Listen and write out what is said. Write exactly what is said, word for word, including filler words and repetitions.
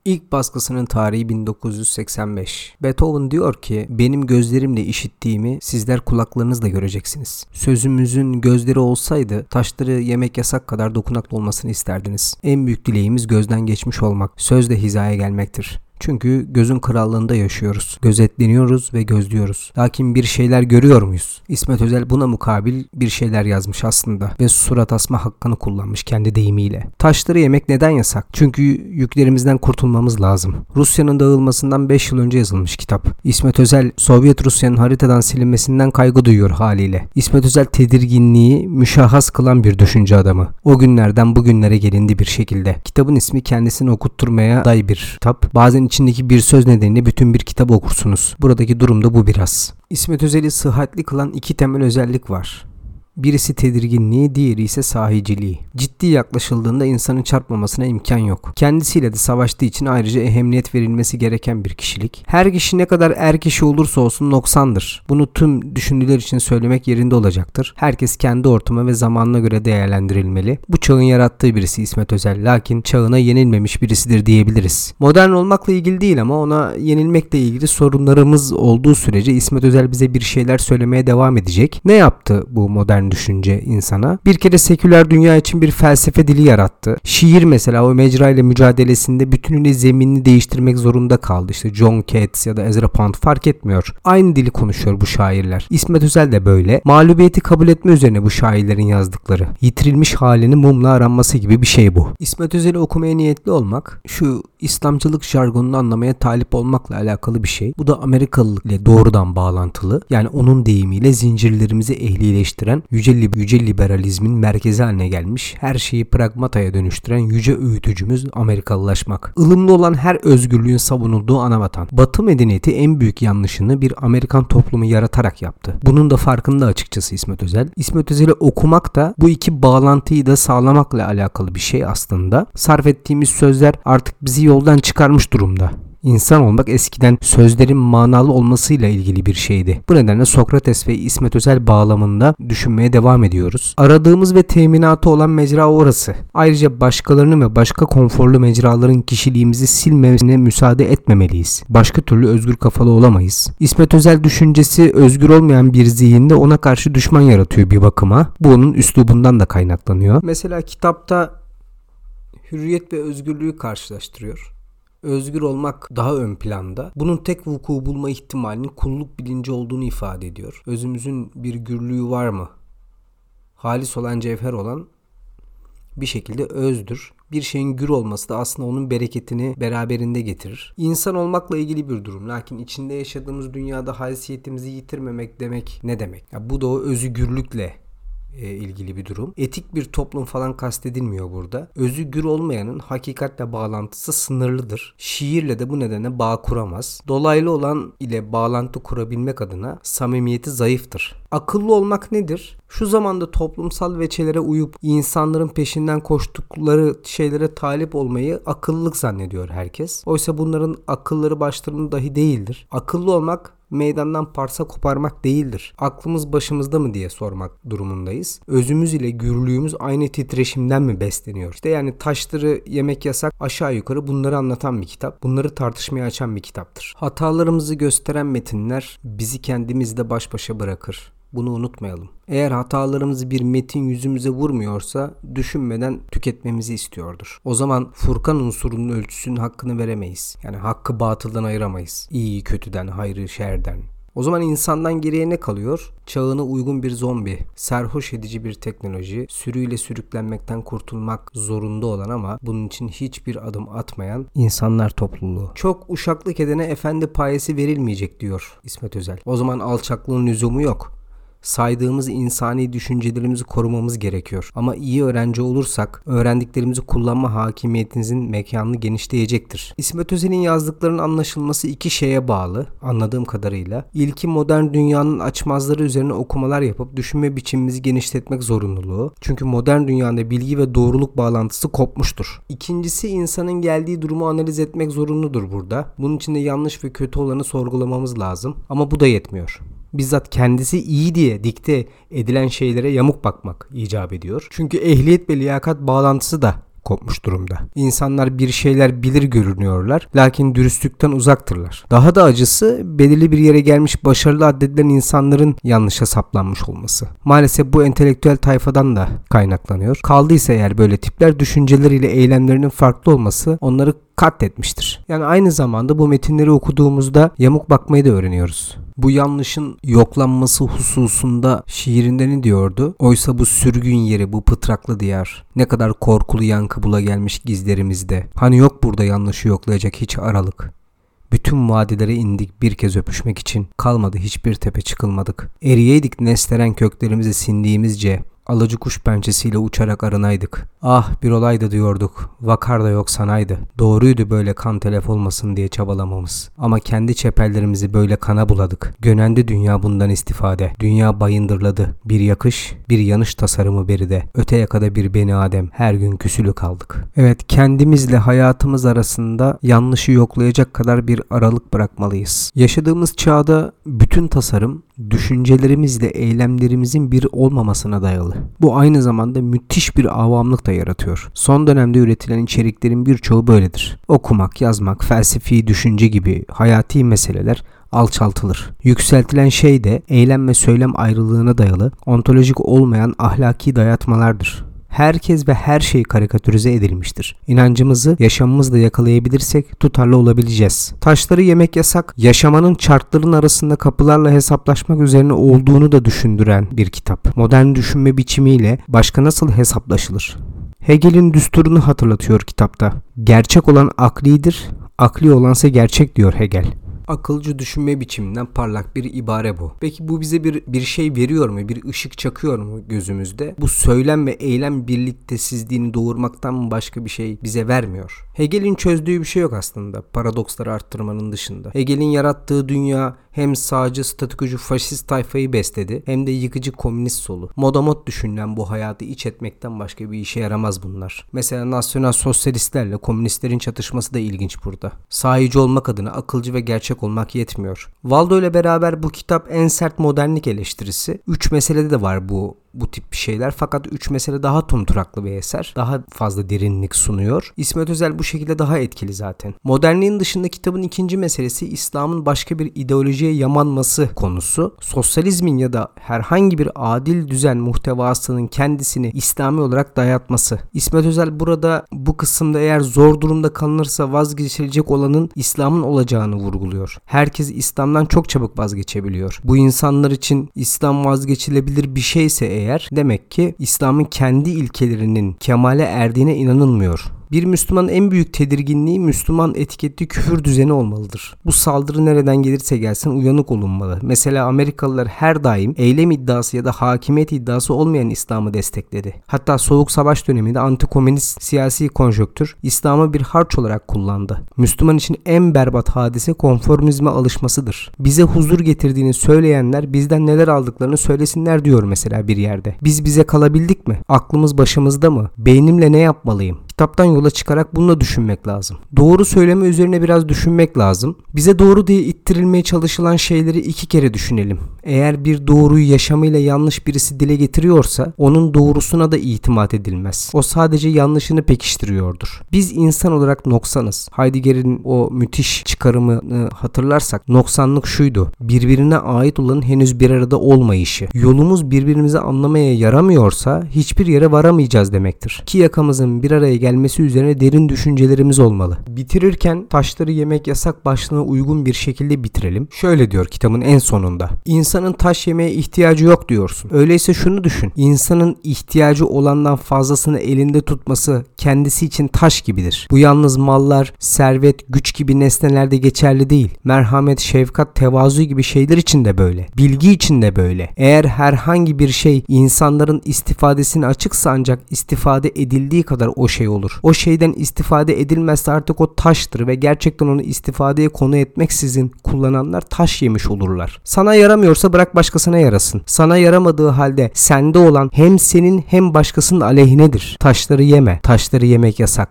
İlk baskısının tarihi bin dokuz yüz seksen beş. Beethoven diyor ki, benim gözlerimle işittiğimi sizler kulaklarınızla göreceksiniz. Sözümüzün gözleri olsaydı taşları yemek yasak kadar dokunaklı olmasını isterdiniz. En büyük dileğimiz gözden geçmiş olmak, sözle hizaya gelmektir. Çünkü gözün krallığında yaşıyoruz. Gözetleniyoruz ve gözlüyoruz. Lakin bir şeyler görüyor muyuz? İsmet Özel buna mukabil bir şeyler yazmış aslında ve surat asma hakkını kullanmış kendi deyimiyle. Taşları yemek neden yasak? Çünkü yüklerimizden kurtulmamız lazım. Rusya'nın dağılmasından beş yıl önce yazılmış kitap. İsmet Özel, Sovyet Rusya'nın haritadan silinmesinden kaygı duyuyor haliyle. İsmet Özel tedirginliği müşahhas kılan bir düşünce adamı. O günlerden bugünlere gelindi bir şekilde. Kitabın ismi kendisini okutturmaya aday bir kitap. Bazen içindeki bir söz nedeniyle bütün bir kitap okursunuz. Buradaki durum da bu biraz. İsmet Özel'i sıhhatli kılan iki temel özellik var. Birisi tedirginliği, diğeri ise sahiciliği. Ciddi yaklaşıldığında insanın çarpmamasına imkan yok. Kendisiyle de savaştığı için ayrıca ehemmiyet verilmesi gereken bir kişilik. Her kişi ne kadar er kişi olursa olsun noksandır. Bunu tüm düşündüler için söylemek yerinde olacaktır. Herkes kendi ortama ve zamanına göre değerlendirilmeli. Bu çağın yarattığı birisi İsmet Özel. Lakin çağına yenilmemiş birisidir diyebiliriz. Modern olmakla ilgili değil ama ona yenilmekle ilgili sorunlarımız olduğu sürece İsmet Özel bize bir şeyler söylemeye devam edecek. Ne yaptı bu modern düşünce insana? Bir kere seküler dünya için bir felsefe dili yarattı. Şiir mesela o mecra ile mücadelesinde bütünüyle zeminini değiştirmek zorunda kaldı. İşte John Keats ya da Ezra Pound fark etmiyor. Aynı dili konuşuyor bu şairler. İsmet Özel de böyle. Mağlubiyeti kabul etme üzerine bu şairlerin yazdıkları. Yitirilmiş halinin mumla aranması gibi bir şey bu. İsmet Özel'i okumaya niyetli olmak, şu İslamcılık jargonunu anlamaya talip olmakla alakalı bir şey. Bu da Amerikalılık ile doğrudan bağlantılı. Yani onun deyimiyle zincirlerimizi ehlileştiren yüce, yüce liberalizmin merkezi haline gelmiş, her şeyi pragmataya dönüştüren yüce öğütücümüz Amerikalılaşmak. Ilımlı olan her özgürlüğün savunulduğu anavatan. Batı medeniyeti en büyük yanlışını bir Amerikan toplumu yaratarak yaptı. Bunun da farkında açıkçası İsmet Özel. İsmet Özel'i okumak da bu iki bağlantıyı da sağlamakla alakalı bir şey aslında. Sarf ettiğimiz sözler artık bizi yoldan çıkarmış durumda. İnsan olmak eskiden sözlerin manalı olmasıyla ilgili bir şeydi. Bu nedenle Sokrates ve İsmet Özel bağlamında düşünmeye devam ediyoruz. Aradığımız ve teminatı olan mecra orası. Ayrıca başkalarının ve başka konforlu mecraların kişiliğimizi silmesine müsaade etmemeliyiz. Başka türlü özgür kafalı olamayız. İsmet Özel düşüncesi özgür olmayan bir zihinde ona karşı düşman yaratıyor bir bakıma. Bu onun üslubundan da kaynaklanıyor. Mesela kitapta hürriyet ve özgürlüğü karşılaştırıyor. Özgür olmak daha ön planda. Bunun tek vuku bulma ihtimalinin kulluk bilinci olduğunu ifade ediyor. Özümüzün bir gürlüğü var mı? Halis olan, cevher olan bir şekilde özdür. Bir şeyin gür olması da aslında onun bereketini beraberinde getirir. İnsan olmakla ilgili bir durum. Lakin içinde yaşadığımız dünyada haysiyetimizi yitirmemek demek ne demek? Ya bu da o özgürlükle ilgili bir durum. Etik bir toplum falan kastedilmiyor burada. Özü gür olmayanın hakikatle bağlantısı sınırlıdır. Şiirle de bu nedenle bağ kuramaz. Dolaylı olan ile bağlantı kurabilmek adına samimiyeti zayıftır. Akıllı olmak nedir? Şu zamanda toplumsal veçelere uyup insanların peşinden koştukları şeylere talip olmayı akıllılık zannediyor herkes. Oysa bunların akılları başlarında dahi değildir. Akıllı olmak meydandan parça koparmak değildir. Aklımız başımızda mı diye sormak durumundayız. Özümüz ile gürlüğümüz aynı titreşimden mi besleniyor? İşte yani taşları yemek yasak, aşağı yukarı bunları anlatan bir kitap. Bunları tartışmaya açan bir kitaptır. Hatalarımızı gösteren metinler bizi kendimizle baş başa bırakır. Bunu unutmayalım. Eğer hatalarımızı bir metin yüzümüze vurmuyorsa düşünmeden tüketmemizi istiyordur. O zaman Furkan unsurunun ölçüsünün hakkını veremeyiz. Yani hakkı batıldan ayıramayız. İyiyi kötüden, hayrı şerden. O zaman insandan geriye ne kalıyor? Çağına uygun bir zombi, serhoş edici bir teknoloji, sürüyle sürüklenmekten kurtulmak zorunda olan ama bunun için hiçbir adım atmayan insanlar topluluğu. Çok uşaklık edene efendi payesi verilmeyecek diyor İsmet Özel. O zaman alçaklığın lüzumu yok. Saydığımız insani düşüncelerimizi korumamız gerekiyor. Ama iyi öğrenci olursak öğrendiklerimizi kullanma hakimiyetinizin mekanını genişleyecektir. İsmet Özel'in yazdıklarının anlaşılması iki şeye bağlı anladığım kadarıyla. İlki modern dünyanın açmazları üzerine okumalar yapıp düşünme biçimimizi genişletmek zorunluluğu. Çünkü modern dünyada bilgi ve doğruluk bağlantısı kopmuştur. İkincisi insanın geldiği durumu analiz etmek zorunludur burada. Bunun için de yanlış ve kötü olanı sorgulamamız lazım. Ama bu da yetmiyor. Bizzat kendisi iyi diye dikte edilen şeylere yamuk bakmak icap ediyor. Çünkü ehliyet ve liyakat bağlantısı da kopmuş durumda. İnsanlar bir şeyler bilir görünüyorlar, lakin dürüstlükten uzaktırlar. Daha da acısı belirli bir yere gelmiş başarılı addedilen insanların yanlışa saplanmış olması. Maalesef bu entelektüel tayfadan da kaynaklanıyor. Kaldıysa eğer böyle tipler, düşünceleriyle eylemlerinin farklı olması onları katletmiştir. Yani aynı zamanda bu metinleri okuduğumuzda yamuk bakmayı da öğreniyoruz. Bu yanlışın yoklanması hususunda şiirinde ne diyordu? Oysa bu sürgün yeri, bu pıtraklı diyar, ne kadar korkulu yankı bula gelmiş gizlerimizde. Hani yok burada yanlışı yoklayacak hiç aralık. Bütün vadilere indik bir kez öpüşmek için, kalmadı hiçbir tepe çıkılmadık. Eriyeydik nesteren köklerimizi sindiğimizce, alıcı kuş pençesiyle uçarak arınaydık. Ah bir olaydı diyorduk, vakar da yok sanaydı. Doğruydu böyle kan telef olmasın diye çabalamamız. Ama kendi çepellerimizi böyle kana buladık. Gönendi dünya bundan istifade. Dünya bayındırladı. Bir yakış, bir yanış tasarımı beride. Öte yakada bir beni Adem. Her gün küsülü kaldık. Evet, kendimizle hayatımız arasında yanlışı yoklayacak kadar bir aralık bırakmalıyız. Yaşadığımız çağda bütün tasarım düşüncelerimizle eylemlerimizin bir olmamasına dayalı. Bu aynı zamanda müthiş bir avamlık da yaratıyor. Son dönemde üretilen içeriklerin birçoğu böyledir. Okumak, yazmak, felsefi düşünce gibi hayati meseleler alçaltılır. Yükseltilen şey de eylem ve söylem ayrılığına dayalı, ontolojik olmayan ahlaki dayatmalardır. Herkes ve her şey karikatürize edilmiştir. İnancımızı yaşamımızla yakalayabilirsek tutarlı olabileceğiz. Taşları yemek yasak, yaşamanın çarkların arasında kapılarla hesaplaşmak üzerine olduğunu da düşündüren bir kitap. Modern düşünme biçimiyle başka nasıl hesaplaşılır? Hegel'in düsturunu hatırlatıyor kitapta. Gerçek olan aklidir, akli olansa gerçek diyor Hegel. Akılcı düşünme biçiminden parlak bir ibare bu. Peki bu bize bir bir şey veriyor mu? Bir ışık çakıyor mu gözümüzde? Bu söylem ve eylem birliktesizliğini doğurmaktan başka bir şey bize vermiyor. Hegel'in çözdüğü bir şey yok aslında, paradoksları arttırmanın dışında. Hegel'in yarattığı dünya hem sağcı statükocu faşist tayfayı besledi, hem de yıkıcı komünist solu. Modamot düşünülen bu hayatı iç etmekten başka bir işe yaramaz bunlar. Mesela nasyonal sosyalistlerle komünistlerin çatışması da ilginç burada. Sahici olmak adına akılcı ve gerçek olmak yetmiyor. Waldo ile beraber bu kitap en sert modernlik eleştirisi. Üç meselede de var bu bu tip şeyler, fakat üç mesele daha tumturaklı bir eser. Daha fazla derinlik sunuyor. İsmet Özel bu şekilde daha etkili zaten. Modernliğin dışında kitabın ikinci meselesi İslam'ın başka bir ideolojiye yamanması konusu. Sosyalizmin ya da herhangi bir adil düzen muhtevasının kendisini İslami olarak dayatması. İsmet Özel burada bu kısımda eğer zor durumda kalınırsa vazgeçilecek olanın İslam'ın olacağını vurguluyor. Herkes İslam'dan çok çabuk vazgeçebiliyor. Bu insanlar için İslam vazgeçilebilir bir şeyse eğer, demek ki İslam'ın kendi ilkelerinin kemale erdiğine inanılmıyor. Bir Müslümanın en büyük tedirginliği Müslüman etiketli küfür düzeni olmalıdır. Bu saldırı nereden gelirse gelsin uyanık olunmalı. Mesela Amerikalılar her daim eylem iddiası ya da hakimiyet iddiası olmayan İslam'ı destekledi. Hatta Soğuk Savaş döneminde antikomünist siyasi konjonktür İslam'ı bir harç olarak kullandı. Müslüman için en berbat hadise konformizme alışmasıdır. Bize huzur getirdiğini söyleyenler bizden neler aldıklarını söylesinler diyor mesela bir yerde. Biz bize kalabildik mi? Aklımız başımızda mı? Beynimle ne yapmalıyım? Kitaptan yola çıkarak bununla düşünmek lazım. Doğru söyleme üzerine biraz düşünmek lazım. Bize doğru diye ittirilmeye çalışılan şeyleri iki kere düşünelim. Eğer bir doğruyu yaşamıyla yanlış birisi dile getiriyorsa onun doğrusuna da itimat edilmez. O sadece yanlışını pekiştiriyordur. Biz insan olarak noksanız. Heidegger'in o müthiş çıkarımını hatırlarsak noksanlık şuydu: birbirine ait olanın henüz bir arada olmayışı. Yolumuz birbirimizi anlamaya yaramıyorsa hiçbir yere varamayacağız demektir. İki yakamızın bir araya gelmesi üzerine derin düşüncelerimiz olmalı. Bitirirken taşları yemek yasak başlığına uygun bir şekilde bitirelim. Şöyle diyor kitabın en sonunda: İnsanın taş yemeye ihtiyacı yok diyorsun. Öyleyse şunu düşün. İnsanın ihtiyacı olandan fazlasını elinde tutması kendisi için taş gibidir. Bu yalnız mallar, servet, güç gibi nesnelerde geçerli değil. Merhamet, şefkat, tevazu gibi şeyler için de böyle. Bilgi için de böyle. Eğer herhangi bir şey insanların istifadesine açıksa ancak istifade edildiği kadar o şey olur. O şeyden istifade edilmezse artık o taştır ve gerçekten onu istifadeye konu etmeksizin kullananlar taş yemiş olurlar. Sana yaramıyorsa bırak başkasına yarasın. Sana yaramadığı halde sende olan hem senin hem başkasının aleyhinedir. Taşları yeme. Taşları yemek yasak.